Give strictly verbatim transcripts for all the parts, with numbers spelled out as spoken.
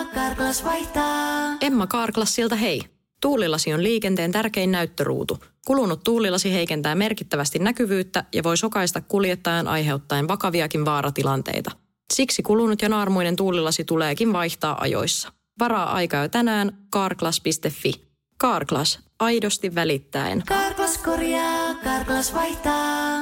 Carglass vaihtaa. Emma Carglassilta hei. Tuulilasi on liikenteen tärkein näyttöruutu. Kulunut tuulilasi heikentää merkittävästi näkyvyyttä ja voi sokaista kuljettajan aiheuttaen vakaviakin vaaratilanteita. Siksi kulunut ja naarmuinen tuulilasi tuleekin vaihtaa ajoissa. Varaa aikaa jo tänään carglass piste fi. Carglass, aidosti välittäen. Carglass korjaa, Carglass vaihtaa.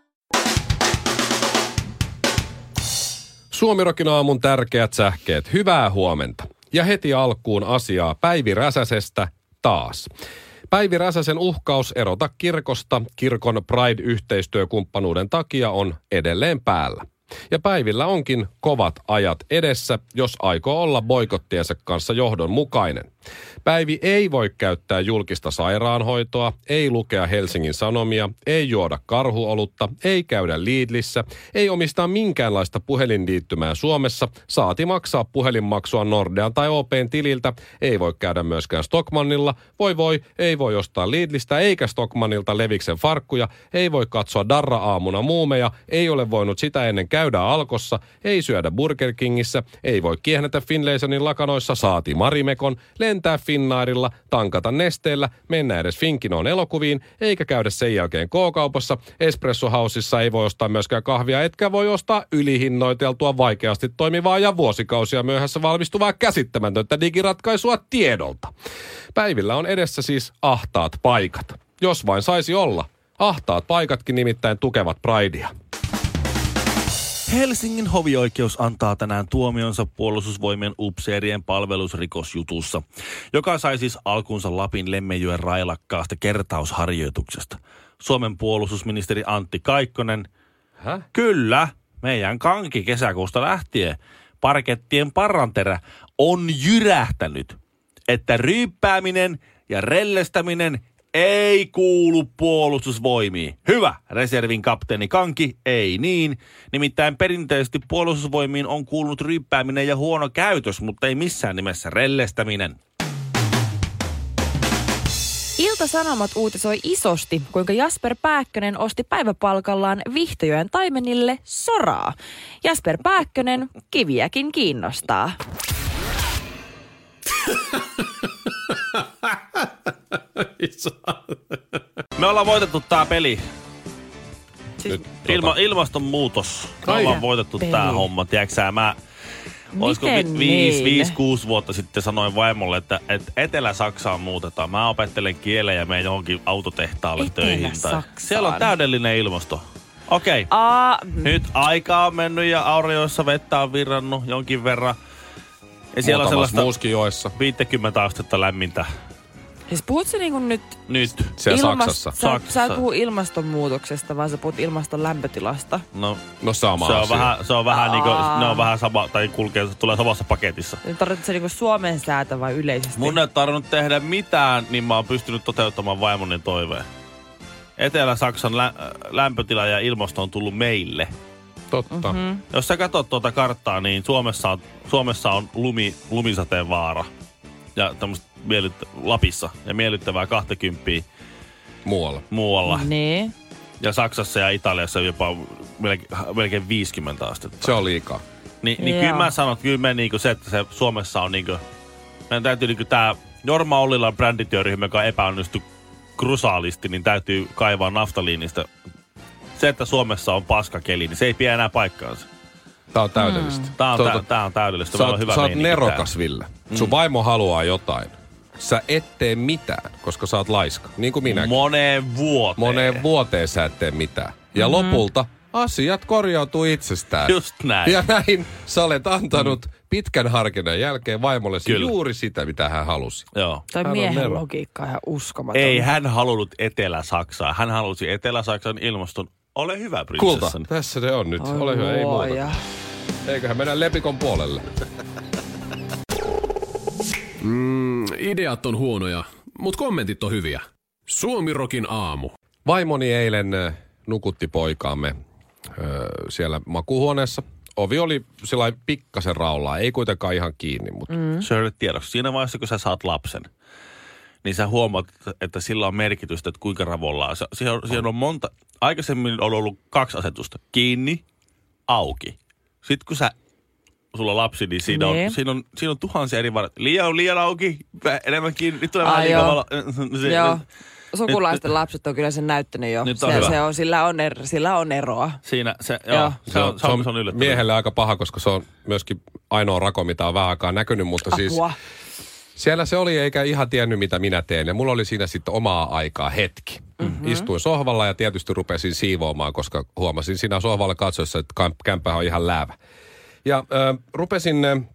Suomirokin aamun tärkeät sähkeet. Hyvää huomenta. Ja heti alkuun asiaa Päivi Räsäsestä taas. Päivi Räsäsen uhkaus erota kirkosta kirkon Pride-yhteistyökumppanuuden takia on edelleen päällä. Ja Päivillä onkin kovat ajat edessä, jos aikoo olla boikottiensa kanssa johdonmukainen. Päivi ei voi käyttää julkista sairaanhoitoa, ei lukea Helsingin Sanomia, ei juoda karhuolutta, ei käydä Lidlissä, ei omistaa minkäänlaista puhelinliittymää Suomessa, saati maksaa puhelinmaksua Nordean tai O P:n tililtä, ei voi käydä myöskään Stockmannilla, voi voi, ei voi ostaa Lidlistä eikä Stockmannilta Leviksen farkkuja, ei voi katsoa Darra-aamuna muumeja, ei ole voinut sitä ennen käydä Alkossa, ei syödä Burger Kingissä, ei voi kiehnetä Finlaysonin lakanoissa, saati Marimekon, lentää Finnairilla, tankata nesteellä, mennä edes Finkinoon elokuviin, eikä käydä sen jälkeen K-kaupassa. Espresso Houseissa ei voi ostaa myöskään kahvia, etkä voi ostaa ylihinnoiteltua, vaikeasti toimivaa ja vuosikausia myöhässä valmistuvaa käsittämätöntä digiratkaisua tiedolta. Päivillä on edessä siis ahtaat paikat. Jos vain saisi olla. Ahtaat paikatkin nimittäin tukevat Pridea. Helsingin hovioikeus antaa tänään tuomionsa puolustusvoimien upseerien palvelusrikosjutussa, joka sai siis alkunsa Lapin Lemmenjoen railakkaasta kertausharjoituksesta. Suomen puolustusministeri Antti Kaikkonen, Hä? Kyllä, meidän kanki kesäkuusta lähtien, parkettien parranterä on jyrähtänyt, että ryyppääminen ja rellestäminen ei kuulu puolustusvoimiin. Hyvä, reservin kapteeni Kanki, ei niin. Nimittäin perinteisesti puolustusvoimiin on kuulunut ryyppääminen ja huono käytös, mutta ei missään nimessä rellestäminen. Ilta-Sanomat uutisoi isosti, kuinka Jasper Pääkkönen osti päiväpalkallaan Vihtojoen taimenille soraa. Jasper Pääkkönen, kiviäkin kiinnostaa. Me ollaan voitettu tää peli. Siis Ilma, ilmastonmuutos. Me Ai. ollaan voitettu Peli. tää homma. Tiedätkö sä, mä... Olisiko Miten vi- viisi, niin? viisi, kuusi vuotta sitten sanoin vaimolle, että, että Etelä-Saksaan muutetaan. Mä opettelen kielen ja menen johonkin autotehtaalle töihin. Tai... Etelä-Saksaan. Siellä on täydellinen ilmasto. Okei. Okay. Aa, Nyt aika on mennyt ja Aurajoessa vettä on virrannut jonkin verran. Ja siellä on Muutamassa sellaista muuskin joessa. viisikymmentä astetta lämmintä. siis puhut sä niinku nyt Nyt. Siellä ilmas- Saksassa. Sä, Saksassa. sä et puhu ilmastonmuutoksesta, vaan sä puhut ilmaston lämpötilasta. No, No sama se on asia. vähän, se on vähän niinku, Aa. ne on vähän sama, tai kulkee, tulee samassa paketissa. Nyt tarvitset sä niinku Suomen säätä vai yleisesti? Mun ei tarvinnut tehdä mitään, niin mä oon pystynyt toteuttamaan vaimoni toiveen. Etelä-Saksan lä- lämpötila ja ilmasto on tullut meille. Totta. Mm-hmm. Jos sä katsot tuota karttaa, niin Suomessa on, Suomessa on lumi, lumisateen vaara. Ja tämmöistä miellyttä, Lapissa. Ja miellyttävää kaksikymmentä Muualla. muualla. Niin. Ja Saksassa ja Italiassa jopa melkein, melkein viisikymmentä astetta. Se on liikaa. Ni, niin Joo. kyllä mä sanon, että kyllä me niinku se, että se Suomessa on niinku... Meidän täytyy niinku tää Jorma Ollilan brändityöryhmä, joka epäonnistui krusaalisti, niin täytyy kaivaa naftaliinista. Se, että Suomessa on paskakeli, niin se ei pidä enää paikkaansa. Tää on täydellistä. Tää on, Tuota, tää, tää on täydellistä. Sä Meillä oot, on hyvä sä oot meininki nerokas, täällä. Ville. Sun vaimo haluaa jotain. Sä et tee mitään, koska sä oot laiska. Niin kuin minäkin. Moneen vuoteen. Moneen vuoteen sä et tee mitään. Ja mm-hmm. lopulta asiat korjautuu itsestään. Just näin. Ja näin sä olet antanut mm. pitkän harkinnan jälkeen vaimollesi Kyllä. juuri sitä, mitä hän halusi. Joo. Toi Hän on miehen nero. logiikka on ihan uskomaton. Ei hän halunnut Etelä-Saksaa. Hän halusi Etelä-Saksan ilmaston. Ole hyvä, Kulta, prinsessani. tässä se on nyt. Oi Ole hyvä, ei luoja. muuta. Eiköhän mennä lepikon puolelle. Mm, ideat on huonoja, mutta kommentit on hyviä. Suomirokin aamu. Vaimoni eilen äh, nukutti poikaamme äh, siellä makuuhuoneessa. Ovi oli sellainen pikkasen raollaan, ei kuitenkaan ihan kiinni, mutta mm. Shirley tiedoksi. Siinä vaiheessa, kun sä saat lapsen, niin sä huomaat, että sillä on merkitystä, että kuinka ravollaan. Siihen on, siihen on monta, aikaisemmin on ollut kaksi asetusta. Kiinni, auki. Sitten kun sä sulla on lapsi, niin siinä, Niin. on, siinä, on, siinä on tuhansia eri varat. Liian, liian auki, enemmänkin. Nyt tulee Ai vähän joo. liikaa. Se, Joo. nyt- Sukulaisten lapset on kyllä sen näyttänyt jo. Nyt on se, hyvä. se on, sillä, on er, sillä on eroa. Siinä, se, joo, Joo. se on, se on, se on yllättävää. miehelle aika paha, koska se on myöskin ainoa rako, mitä on vähän aikaa näkynyt, mutta siis Apua. siellä se oli eikä ihan tiennyt, mitä minä teen. Ja mulla oli siinä sitten omaa aikaa hetki. Mm-hmm. Istuin sohvalla ja tietysti rupesin siivoamaan, koska huomasin siinä sohvalla katsoessa, että kamp- kämppä on ihan läävä. Ja äh, rupesin, äh,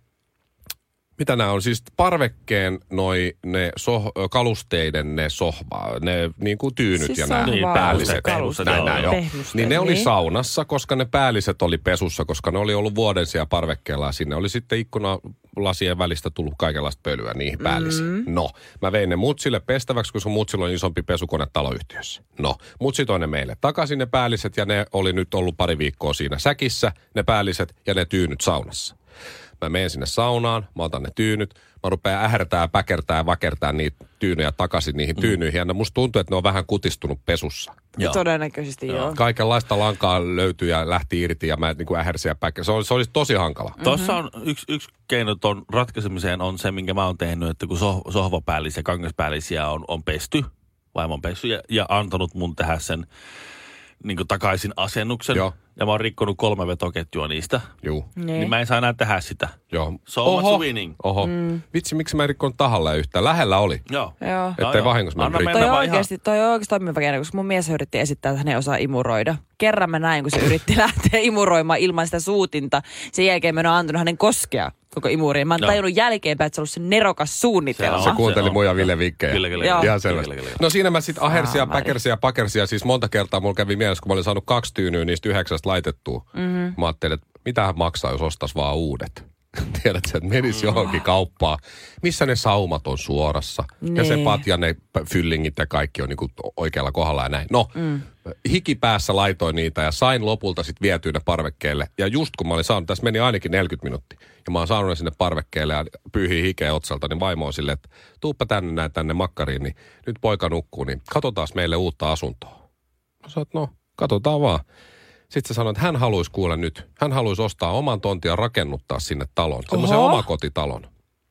mitä nämä on, siis parvekkeen noi, ne soh- kalusteiden ne sohva, ne niin kuin tyynyt Siis ja nämä sohva- päälliset. kalusteet, Näin, joo, näin, joo. joo. Pehmusteet, Niin ne oli niin. saunassa, koska ne päälliset oli pesussa, koska ne oli ollut vuoden siellä parvekkeella ja sinne oli sitten ikkunalasien välistä tullut kaikenlaista pölyä niihin päällisiin. Mm. No, mä vein ne mutsille pestäväksi, koska mutsilla on isompi pesukone taloyhtiössä. No, mutsi toi ne meille takaisin ne päälliset ja ne oli nyt ollut pari viikkoa siinä säkissä, ne päälliset ja ne tyynyt saunassa. Mä menen sinne saunaan, mä otan ne tyynyt, mä rupean ähertää, päkertää ja vakertää niitä tyynyjä takaisin niihin mm. tyynyihin. Ja musta tuntuu, että ne on vähän kutistunut pesussa. Joo. Todennäköisesti joo. joo. Kaikenlaista lankaa löytyi ja lähti irti ja mä niin kuin ähersin ja päkersin. Se, oli, se olisi tosi hankala. Mm-hmm. Tuossa on yksi, yksi keino tuon ratkaisemiseen on se, minkä mä oon tehnyt, että kun soh, sohvapäällisiä ja kangaspäällisiä on, on pesty, vaimo on pesty ja, ja antanut mun tehdä sen niin kuin takaisin asennuksen. Joo. Ja mä oon rikkonut kolme vetoketjua niistä. Juu. Niin. Niin mä en saa enää tehdä sitä. Joo. So much winning. Oho. Mm. Vitsi, miksi mä en rikkonut tahalle yhtään? Lähellä oli. Joo. Joo. Ettei joo. vahingossa mennyt Anna rikki. mennä Toi on vaan ihan- oikeasti, toi on oikeasti toimiva keino, koska mun mies yritti esittää, että hän ei osaa imuroida. Kerran mä näin, kun se yritti lähteä imuroimaan ilman sitä suutinta. Sen jälkeen mä en ole antanut hänen koskea koko imuriin. Mä oon Joo. tajunnut jälkeenpäin, että se on ollut se nerokas suunnitelma. Se on. kuunteli on. mun ja Ville vinkkejä. Kyllä, kyllä. Joo. Ihan selvästi. Kyllä, kyllä, kyllä. No siinä mä sitten ahersin ja Saamari. päkersin ja pakersin ja siis monta kertaa mulla kävi mielessä, kun mä olin saanut kaksi tyynyä niistä yhdeksästä laitettua. Mm-hmm. Mä ajattelin, että mitähän maksaa, jos ostaisi vaan uudet. Tiedät sä, että menisi johonkin kauppaan, missä ne saumat on suorassa. Niin. Ja se Niin. patja, ne p- fyllingit ja kaikki on niinku oikealla kohdalla ja näin. No, mm. hikipäässä laitoin niitä ja sain lopulta sitten vietyä ne parvekkeelle. Ja just kun mä olin saanut, tässä meni ainakin neljäkymmentä minuuttia. Ja mä oon saanut ne sinne parvekkeelle ja pyyhii hikeä otsalta, niin vaimo on silleen, että tuuppa tänne näin tänne makkariin, niin nyt poika nukkuu, niin katsotaan meille uutta asuntoa. Mä sanoin, että no, katsotaan vaan. Sitten se sanoi, että hän haluaisi kuulla nyt, hän haluaisi ostaa oman tontin ja rakennuttaa sinne talon, semmoisen Oho. omakotitalon.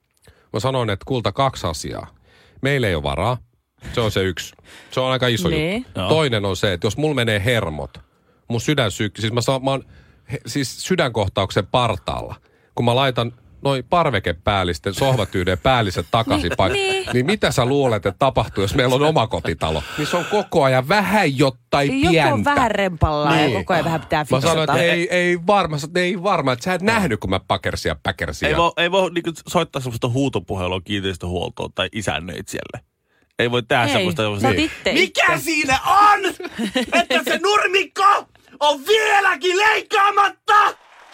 Mä sanoin, että kulta kaksi asiaa. Meillä ei ole varaa, se on se yksi. Se on aika iso Niin. juttu. Toinen on se, että jos mulla menee hermot, mun sydän sykkii, siis mä, saan, mä oon he, siis sydänkohtauksen partaalla, kun mä laitan noin parvekepäällisten sohvatyyden päälliset takaisin paikalle. niin. Niin mitä sä luulet, että tapahtuu, jos meillä on omakotitalo? Niin se on koko ajan vähän jotain Joku pientä. on vähän rempallaan Niin. ja koko ajan vähän pitää Mä fiksata. sanoin, että ei, ei varma, ei varma, että sä et nähnyt, kun mä pakersin ja päkersin. Ei ja- voi, ei voi niinku soittaa semmoista huutopuhelua kiinteistöhuoltoon tai isännöitsijälle. Ei voi tehdä Ei, semmoista. sä oot semmoista- itse Mikä itse. siinä on, että se nurmikko on vieläkin leikkaamatta?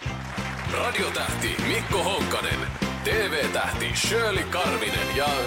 Radiotähti Mikko Honkanen, T V-tähti Shirley Karvinen ja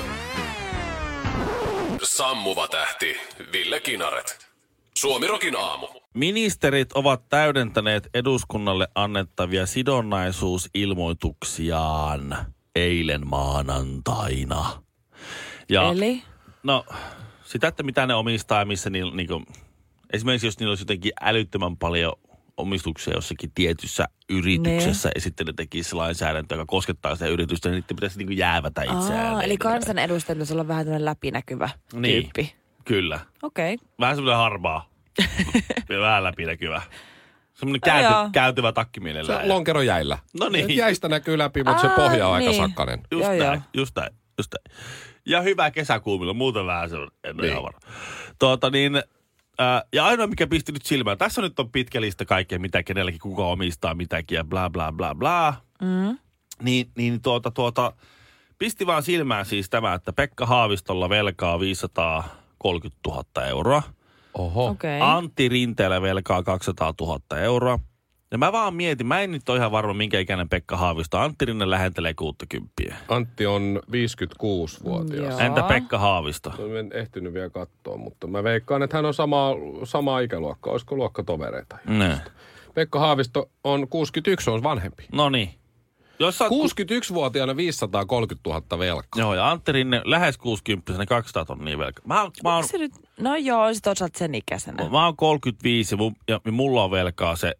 sammuva tähti Ville Kinaret. Suomirokin aamu. Ministerit ovat täydentäneet eduskunnalle annettavia sidonnaisuusilmoituksiaan eilen maanantaina. Ja, Eli? No, sitä, että mitä ne omistaa ja missä niillä, niin kuin, esimerkiksi jos niillä olisi jotenkin älyttömän paljon omistuksia jossakin tietyssä yrityksessä ja sitten ne tekisi lainsäädäntöä, joka koskettaa sitä yritystä, niin niiden pitäisi niin kuin jäävätä itseään. Aa, eli kansanedustaja pitäisi olla vähän tämmöinen läpinäkyvä Niin. tyyppi. Kyllä. Okei. Okay. Vähän semmoinen harmaa. Ja vähän läpinäkyvä. Semmoinen Ai käänty, joo. kääntyvä takki mielellään. Se lonkero jäillä. No niin. Jäistä näkyy läpi, mutta se Aa, pohja on aika niin. sakkanen. Just Joo, näin, joo. just näin, just näin. Ja hyvä kesäkuumilla, muuten vähän se on, en ole Niin. ihan varma. Tuota niin, ää, ja ainoa mikä pisti nyt silmään, tässä nyt on pitkä lista kaikkea, mitä kenelläkin, kuka omistaa mitäkin ja bla bla bla bla. Mm. Niin, niin tuota, tuota, pisti vaan silmään siis tämä, että Pekka Haavistolla velkaa viisisataakolmekymmentätuhatta euroa. Oho. Okei. Okay. Antti Rinteellä velkaa kaksisataatuhatta euroa. Ja mä vaan mietin, mä en nyt ole ihan varma, minkä ikäinen Pekka Haavisto. Antti Rinne lähentelee kuusikymmentä. Antti on viisikymmentäkuusi-vuotias. Joo. Entä Pekka Haavisto? No, en ehtinyt vielä katsoa, mutta mä veikkaan, että hän on sama, sama ikäluokka. Olisiko luokkatovereita? Ne. Pekka Haavisto on kuusikymmentäyksi, on vanhempi. No niin. Jos sä... kuusikymmentäyksivuotiaana viisisataakolmekymmentätuhatta velkaa. Joo, ja Antti Rinne lähes kuusikymmentä, kaksisataa tonnia velkaa. Mä, oon- mä, oon, Se nyt, no joo, sit oot sä oot sen ikäisenä. mä oon kolmekymmentäviisi ja, mun, ja mulla on velkaa se, se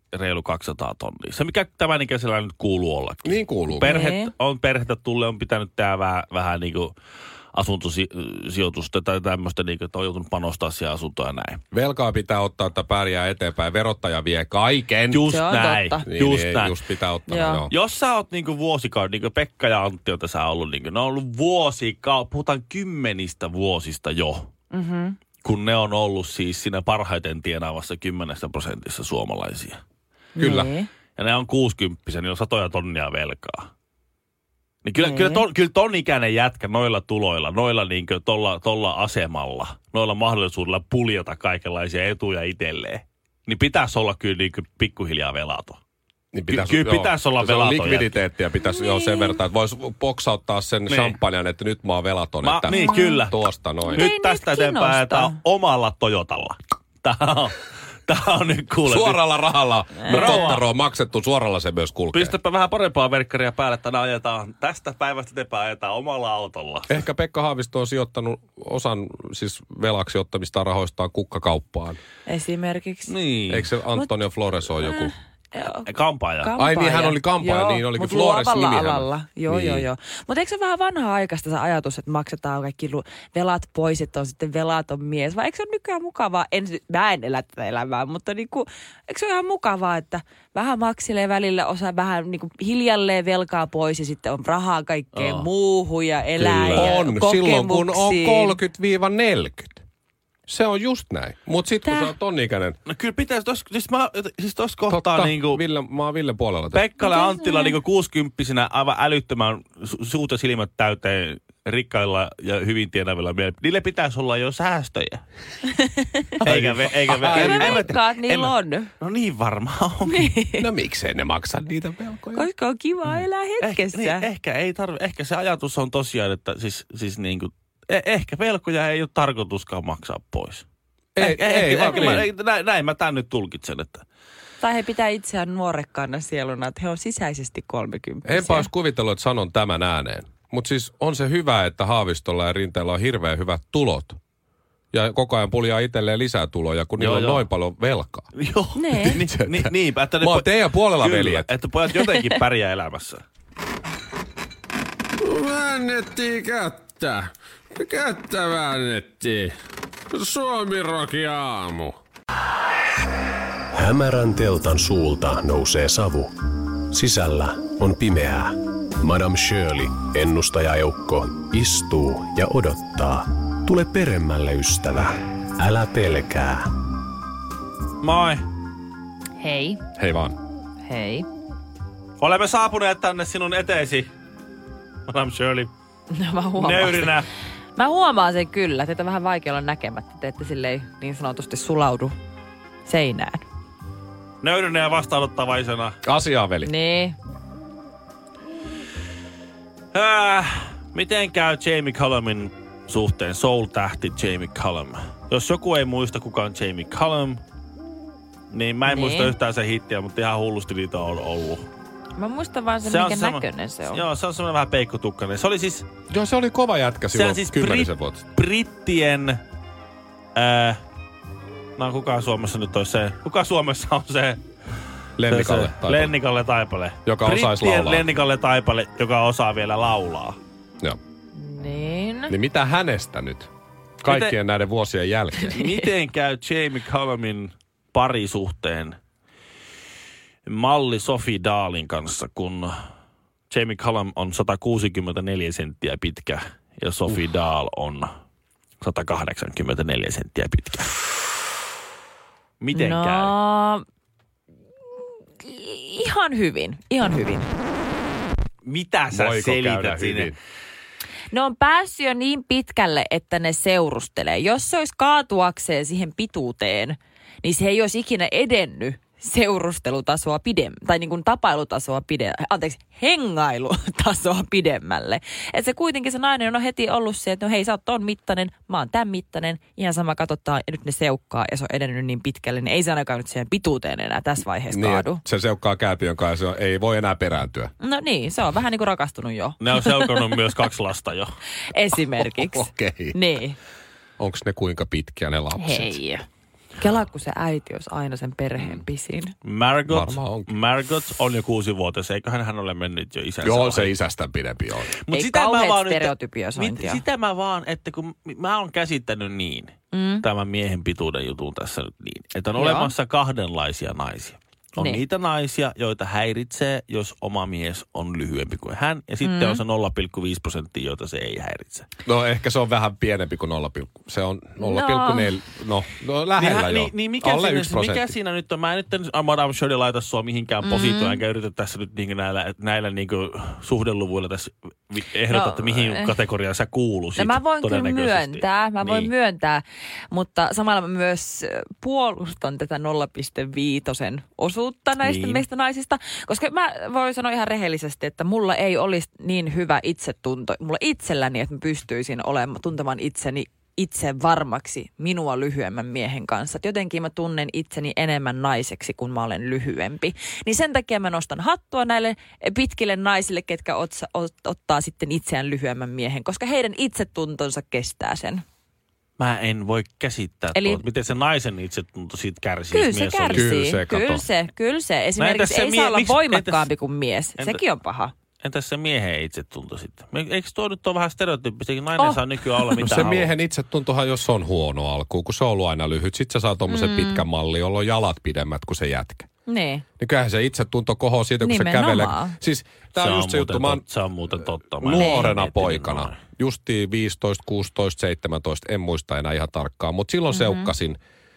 reilu kaksisataa tonnia. Se, mikä tämän ikäisellä nyt kuuluu ollakin. Niin kuuluu. Perhe, Nee. on perhettä tulle, on pitänyt tehdä vähän, vähän niin kuin asuntosijoitusta tai tämmöistä, niin kuin, että on joutunut panostaa siihen asuntoon ja näin. Velkaa pitää ottaa, että pärjää eteenpäin. Verottaja vie kaiken. Just Se on näin. totta. Niin, Just niin, näin. just pitää ottaa. Joo. Joo. Jos sä oot niinku vuosikauden, niin kuin Pekka ja Antti on tässä ollut, niinku, ne on ollut vuosikauden, puhutaan kymmenistä vuosista jo, Mm-hmm. kun ne on ollut siis siinä parhaiten tienaavassa kymmenessä prosentissa suomalaisia. Kyllä. Niin. Ja ne on kuusikymppisiä, niin on satoja tonnia velkaa. Niin kyllä, Niin. kyllä, ton, kyllä ton ikäinen jätkä noilla tuloilla, noilla niinku tolla, tolla asemalla, noilla mahdollisuudella puljata kaikenlaisia etuja itselleen, niin pitäisi olla kyllä niinku pikkuhiljaa velaton. Niin Ky- kyllä pitäisi olla Se on velaton likviditeettiä pitäisi joo sen verran, että voisi poksauttaa sen Niin. champagnen, että nyt mä oon velaton. Mä, että niin, kyllä. Tuosta noin. Ei Nyt tästä niitä eteenpäin kiinnosta. ajetaan omalla Toyotalla. Tää on, tää on nyt kuule. Suoralla rahalla. Joo. Tottero on maksettu, suoralla se myös kulkee. Pistäpä vähän parempaa verkkaria päälle, että tänään ajetaan, tästä päivästä eteenpäin ajetaan omalla autolla. Ehkä Pekka Haavisto on sijoittanut osan siis velaksi ottamista rahoistaan kukkakauppaan. Esimerkiksi. Niin. Eikö se Antonio Flores ole joku? Joo. Kampaaja. Ai niin, hän oli kampaaja, Joo, niin olikin mut Flores luovalla nimihän. alalla. Joo, Niin. joo, joo. Mutta eikö se vähän vanha-aikaista se ajatus, että maksetaan kaikki lu- velat pois, että on sitten velaton mies? Vai eikö se ole nykyään mukavaa? En, mä en elä tätä elämää, mutta niinku, eikö se ole ihan mukavaa, että vähän maksilee välillä, osa vähän niinku hiljalleen velkaa pois ja sitten on rahaa kaikkeen Oh. muuhun ja elää Kyllä. ja On, silloin kun on kokemuksiin. kolmekymmentä neljäkymmentä. Se on just näin. Mutta sitten kun Tää- sä oot tonnikäinen. No kyllä pitäisi, tos, siis, mä, siis tos kohtaa Totta, niinku Ville, mä oon Ville puolella. tässä. Pekkalle ja Miten Anttila se- niinku kuusikymppisenä aivan älyttömän su- suut ja silmät täyteen rikkailla ja hyvin tienavilla mielellä. Niille pitäisi olla jo säästöjä. eikä ve, eikä ve, Ai. Kyllä en- mä en- veikkaan, että en- niillä on. No niin varmaan on. No miksei ne maksa niitä velkoja? Koska on kiva elää hetkessä. Niin, ehkä ei tarvi, ehkä se ajatus on tosiaan, että siis, siis niinku, eh, ehkä velkoja ei ole tarkoituskaan maksaa pois. Ei, Eh- ei, ehkä, ei, ehkä mä, niin. ei, näin, näin mä tämän nyt tulkitsen, että Tai he pitää itseään nuorekkaana sieluna, että he on sisäisesti kolmekymppisiä. Enpä olisi kuvitellut, että sanon tämän ääneen. Mutta siis on se hyvä, että Haavistolla ja Rinteellä on hirveän hyvät tulot. Ja koko ajan puljaa itselleen lisää tuloja, kun niillä Joo, on joo. noin paljon velkaa. joo. Nee. Ni, ni, niinpä, että ne Mä oon po- teidän puolella, kyllä, veljet. että pojat jotenkin pärjää elämässä. Väännettiin kättä. Kättä väännettiin. Suomi-roki aamu. Hämärän teltan suulta nousee savu. Sisällä on pimeää. Madame Shirley, ennustajaeukko, istuu ja odottaa. Tule peremmälle, ystävä. Älä pelkää. Moi. Hei, Hei vaan. hei. Olemme saapuneet tänne sinun eteesi, Madame Shirley. No, mä huomaan Nöyrinä. sen. Mä huomaan sen kyllä. Teitä on vähän vaikea olla näkemättä. Te ette silleen niin sanotusti sulaudu seinään. Nöyrinä ja vastaanottavaisena. Asiaa, veli. Niin. Äh, miten käy Jamie Cullamin suhteen? Soul-tähti Jamie Cullum. Jos joku ei muista, kuka on Jamie Cullum, niin mä en Niin. muista yhtään sen hittiä, mutta ihan hullusti niitä on ollut. Mä muistan vaan sen, Se on minkä sama- näköinen se on. Joo, se on semmoinen vähän peikkotukkainen. Se oli siis Joo, se oli kova jätkä Se silloin on siis kymmenisen Brit- vuotta. brittien... Äh, no kuka Suomessa nyt olisi se? Kuka Suomessa on se? Lennikalle. se, se Taipale. Lennikalle Taipale. Joka osaisi Brittien laulaa. Lennikalle Taipale, joka osaa vielä laulaa. Joo. Niin. Niin mitä hänestä nyt? Kaikkien Miten- näiden vuosien jälkeen. Miten käy Jamie Cullamin parisuhteen malli Sophie Dahlin kanssa, kun Jamie Cullum on sata kuusikymmentäneljä senttiä pitkä ja Sophie uh. Dahl on sata kahdeksankymmentäneljä senttiä pitkä? Miten no, käy? ihan hyvin, ihan hyvin. Mitä sä Voiko käydä selität sinne? hyvin? Ne on päässyt jo niin pitkälle, että ne seurustelee. Jos se olisi kaatuakseen siihen pituuteen, niin se ei olisi ikinä edennyt seurustelutasoa pidemmälle, tai niin kuin tapailutasoa pidemmälle, anteeksi, hengailutasoa pidemmälle. Että se kuitenkin se nainen on heti ollut se, että no hei, sä oot ton mittainen, mä oon tämän mittainen, ihan sama katsotaan, ja nyt ne seukkaa, ja se on edennyt niin pitkälle, niin ei se ainakaan nyt siihen pituuteen enää tässä vaiheessa Niin, kaadu. että se seukkaa kääpiön kanssa ja se ei voi enää perääntyä. No niin, se on vähän niin kuin rakastunut jo, Ne on seukannut myös kaksi lasta jo. esimerkiksi. Okei. Niin, Onko ne kuinka pitkiä ne lapset? hei. Kela, kun se äiti olisi aina sen perheen pisin. Margot, Margot on jo kuusivuotias, eiköhän hän ole mennyt jo isänsä. Joo, se isästä pidempi on. Mut ei sitä kauheat stereotypiosointia. Sitä mä vaan, että kun mä oon käsittänyt niin, mm. tämän miehen pituuden jutun tässä nyt niin, että on Joo. olemassa kahdenlaisia naisia. On niin. niitä naisia, joita häiritsee, jos oma mies on lyhyempi kuin hän. Ja sitten mm. on se nolla pilkku viisi prosenttia, joita se ei häiritse. No ehkä se on vähän pienempi kuin nolla, se on nolla pilkku neljä. No, no lähellä niin, jo. Niin, niin mikä, siinä, mikä siinä nyt on? Mä en nyt Madame Shirley laita sua mihinkään mm. positoon, enkä yritä tässä nyt niin näillä, näillä niin suhdeluvuilla tässä ehdottaa, no, että mihin eh. kategoriaan sä kuuluisit. No mä voin kyllä myöntää, mä voin niin. myöntää, mutta samalla mä myös puolustan tätä nolla pilkku viisi osuutta näistä niin. meistä naisista, koska mä voin sanoa ihan rehellisesti, että mulla ei olisi niin hyvä itsetunto, mulla itselläni, että mä pystyisin olemaan, tuntemaan itseni itse varmaksi minua lyhyemmän miehen kanssa. Et jotenkin mä tunnen itseni enemmän naiseksi, kun mä olen lyhyempi. Niin sen takia mä nostan hattua näille pitkille naisille, ketkä otsa, ot, ottaa sitten itseään lyhyemmän miehen, koska heidän itsetuntonsa kestää sen. Mä en voi käsittää Eli, tuota, miten se naisen itsetunto siitä kärsii. Kyllä se kärsii, kyllä se, kyllä se, kyllä se. Esimerkiksi se ei mie- saa olla miksi, voimakkaampi entäs, kuin mies, entä, sekin on paha. Entäs se miehen itsetunto sitten? Eikö tuo nyt ole vähän stereotyyppisiä? Nainen oh. saa nykyään olla mitä no se haluaa. Miehen itsetuntohan, jos se on huono alkuun, kun se on ollut aina lyhyt. Sitten sä saa tommosen mm. pitkän mallin, jolla on jalat pidemmät kuin se jätkä. Niin. Niin kyllähän se itsetunto kohoo siitä, kun Nimenomaan. se kävelee. Siis tää se on just se juttu. Mä oon se on muuten totta. Nuorena poikana, noin. justiin viisitoista, kuusitoista, seitsemäntoista, en muista enää ihan tarkkaan. Mutta silloin mm-hmm. seukkasin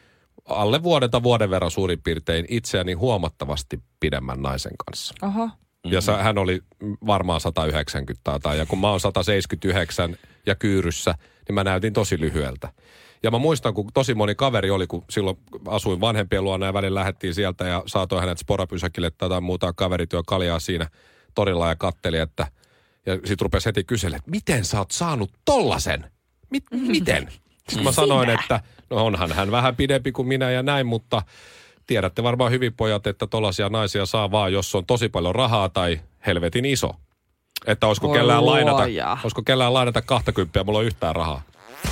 alle vuoden tai vuoden verran suurin piirtein itseäni huomattavasti pidemmän naisen kanssa. Oho. Ja mm-hmm. hän oli varmaan sata yhdeksänkymmentä tai ja kun mä oon sata seitsemänkymmentäyhdeksän ja kyyryssä, niin mä näytin tosi lyhyeltä. Ja mä muistan, kun tosi moni kaveri oli, kun silloin asuin vanhempien luona ja välillä lähdettiin sieltä ja saatoin hänet sporapysäkille tai jotain muuta kaverityö kaljaa siinä torilla ja katteli, että ja sit rupesi heti kyselemään, että miten sä oot saanut tollasen? Mit, miten? Sitten mä sanoin, että no onhan hän vähän pidempi kuin minä ja näin, mutta tiedätte varmaan hyvin pojat, että tollaisia naisia saa vaan, jos on tosi paljon rahaa tai helvetin iso. Että olisiko Voi kellään lainata, olisiko kellään lainata kaksikymmentä, mulla on yhtään rahaa.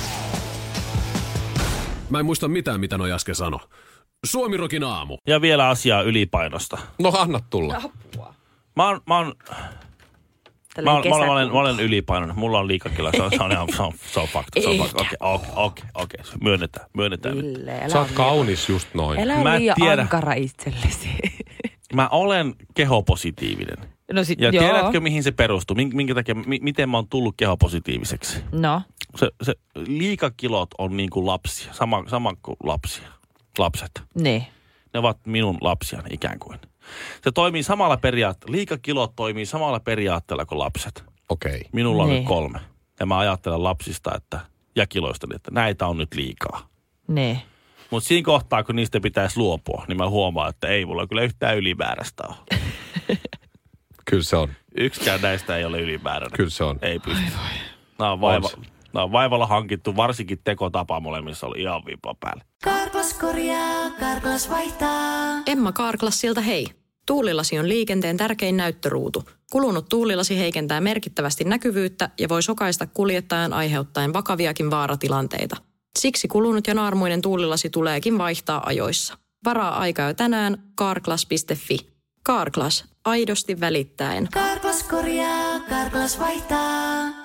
Mä en muista mitään, mitä noi äsken sano. Suomirokin aamu. Ja vielä asiaa ylipainosta. No anna tulla. Apua. Mä oon, mä oon, mä, oon, mä, olen, mä, olen, mä olen ylipainoinen. Mulla on liikakila. Se on, se on ihan, se on, se on fakta. Se on fakta. Okei, okei, okei, okei. Myönnetään, myönnetään. Ville, sä oot kaunis just noin. Elä liian tiedä, ankara itsellesi. Mä olen kehopositiivinen. No sit, ja joo. tiedätkö, mihin se perustuu? Minkä takia, m- miten mä oon tullut kehopositiiviseksi? No. Se, se liikakilot on niin kuin lapsia, sama, sama kuin lapsia, lapset. Ne. Ne ovat minun lapsiani ikään kuin. Se toimii samalla periaatteella, liikakilot toimii samalla periaatteella kuin lapset. Okei. Okay. Minulla on ne. nyt kolme. Ja mä ajattelen lapsista että, ja kiloista, että näitä on nyt liikaa. Ne. Mutta siinä kohtaa, kun niistä pitäisi luopua, niin mä huomaan, että ei mulla kyllä yhtään ylimääräistä ole. Kyllä se on. Yksikään näistä ei ole ylimääräinen. Kyllä se on. Ei pysty. Nämä on, vaiva, nämä on vaivalla hankittu, varsinkin tekotapa molemmissa oli ihan viipa päälle. Karklas korjaa, Karklas vaihtaa. Emma Karklassilta hei. Tuulilasi on liikenteen tärkein näyttöruutu. Kulunut tuulilasi heikentää merkittävästi näkyvyyttä ja voi sokaista kuljettajan aiheuttaen vakaviakin vaaratilanteita. Siksi kulunut ja naarmuinen tuulilasi tuleekin vaihtaa ajoissa. Varaa aikaa jo tänään karklas piste fi. Karklas, aidosti välittäen. Karklas korjaa, Karklas vaihtaa.